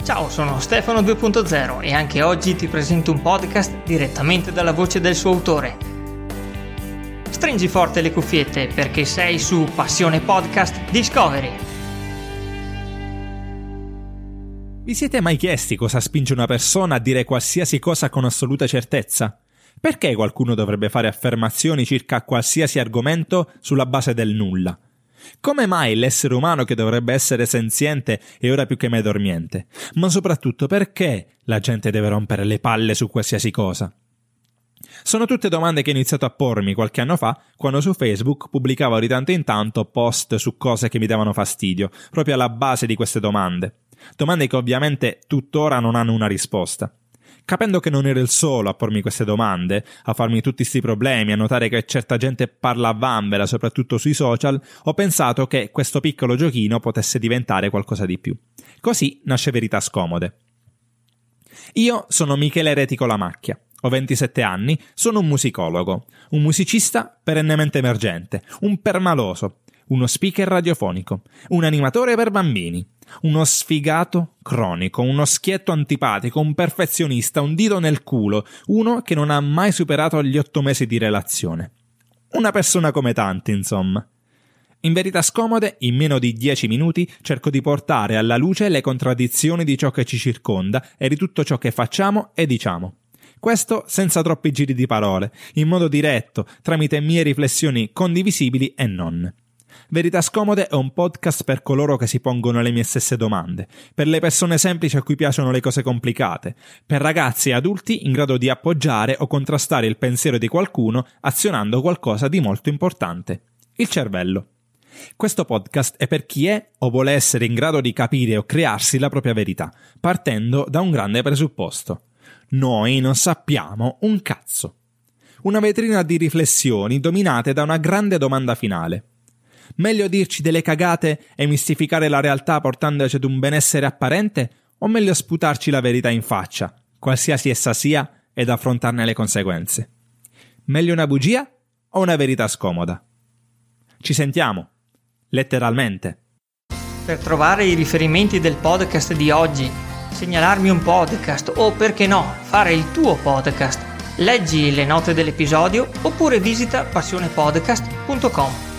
Ciao, sono Stefano 2.0 e anche oggi ti presento un podcast direttamente dalla voce del suo autore. Stringi forte le cuffiette perché sei su Passione Podcast Discovery. Vi siete mai chiesti cosa spinge una persona a dire qualsiasi cosa con assoluta certezza? Perché qualcuno dovrebbe fare affermazioni circa qualsiasi argomento sulla base del nulla? Come mai l'essere umano, che dovrebbe essere senziente, è ora più che mai dormiente? Ma soprattutto, perché la gente deve rompere le palle su qualsiasi cosa? Sono tutte domande che ho iniziato a pormi qualche anno fa, quando su Facebook pubblicavo di tanto in tanto post su cose che mi davano fastidio, proprio alla base di queste domande. Domande che ovviamente tuttora non hanno una risposta. Capendo che non ero il solo a pormi queste domande, a farmi tutti sti problemi, a notare che certa gente parla a vanvera, soprattutto sui social, ho pensato che questo piccolo giochino potesse diventare qualcosa di più. Così nasce Verità Scomode. Io sono Michele Retico La Macchia, ho 27 anni, sono un musicologo, un musicista perennemente emergente, un permaloso, uno speaker radiofonico, un animatore per bambini, uno sfigato cronico, uno schietto antipatico, un perfezionista, un dito nel culo, uno che non ha mai superato gli 8 mesi di relazione. Una persona come tanti, insomma. In Verità Scomode, in meno di 10 minuti, cerco di portare alla luce le contraddizioni di ciò che ci circonda e di tutto ciò che facciamo e diciamo. Questo senza troppi giri di parole, in modo diretto, tramite mie riflessioni condivisibili e non. Verità Scomode è un podcast per coloro che si pongono le mie stesse domande, per le persone semplici a cui piacciono le cose complicate, per ragazzi e adulti in grado di appoggiare o contrastare il pensiero di qualcuno azionando qualcosa di molto importante: il cervello. Questo podcast è per chi è o vuole essere in grado di capire o crearsi la propria verità, partendo da un grande presupposto: noi non sappiamo un cazzo. Una vetrina di riflessioni dominate da una grande domanda finale. Meglio dirci delle cagate e mistificare la realtà portandoci ad un benessere apparente, o meglio sputarci la verità in faccia, qualsiasi essa sia, ed affrontarne le conseguenze? Meglio una bugia o una verità scomoda? Ci sentiamo, letteralmente. Per trovare i riferimenti del podcast di oggi, segnalarmi un podcast o, perché no, fare il tuo podcast, leggi le note dell'episodio oppure visita passionepodcast.com.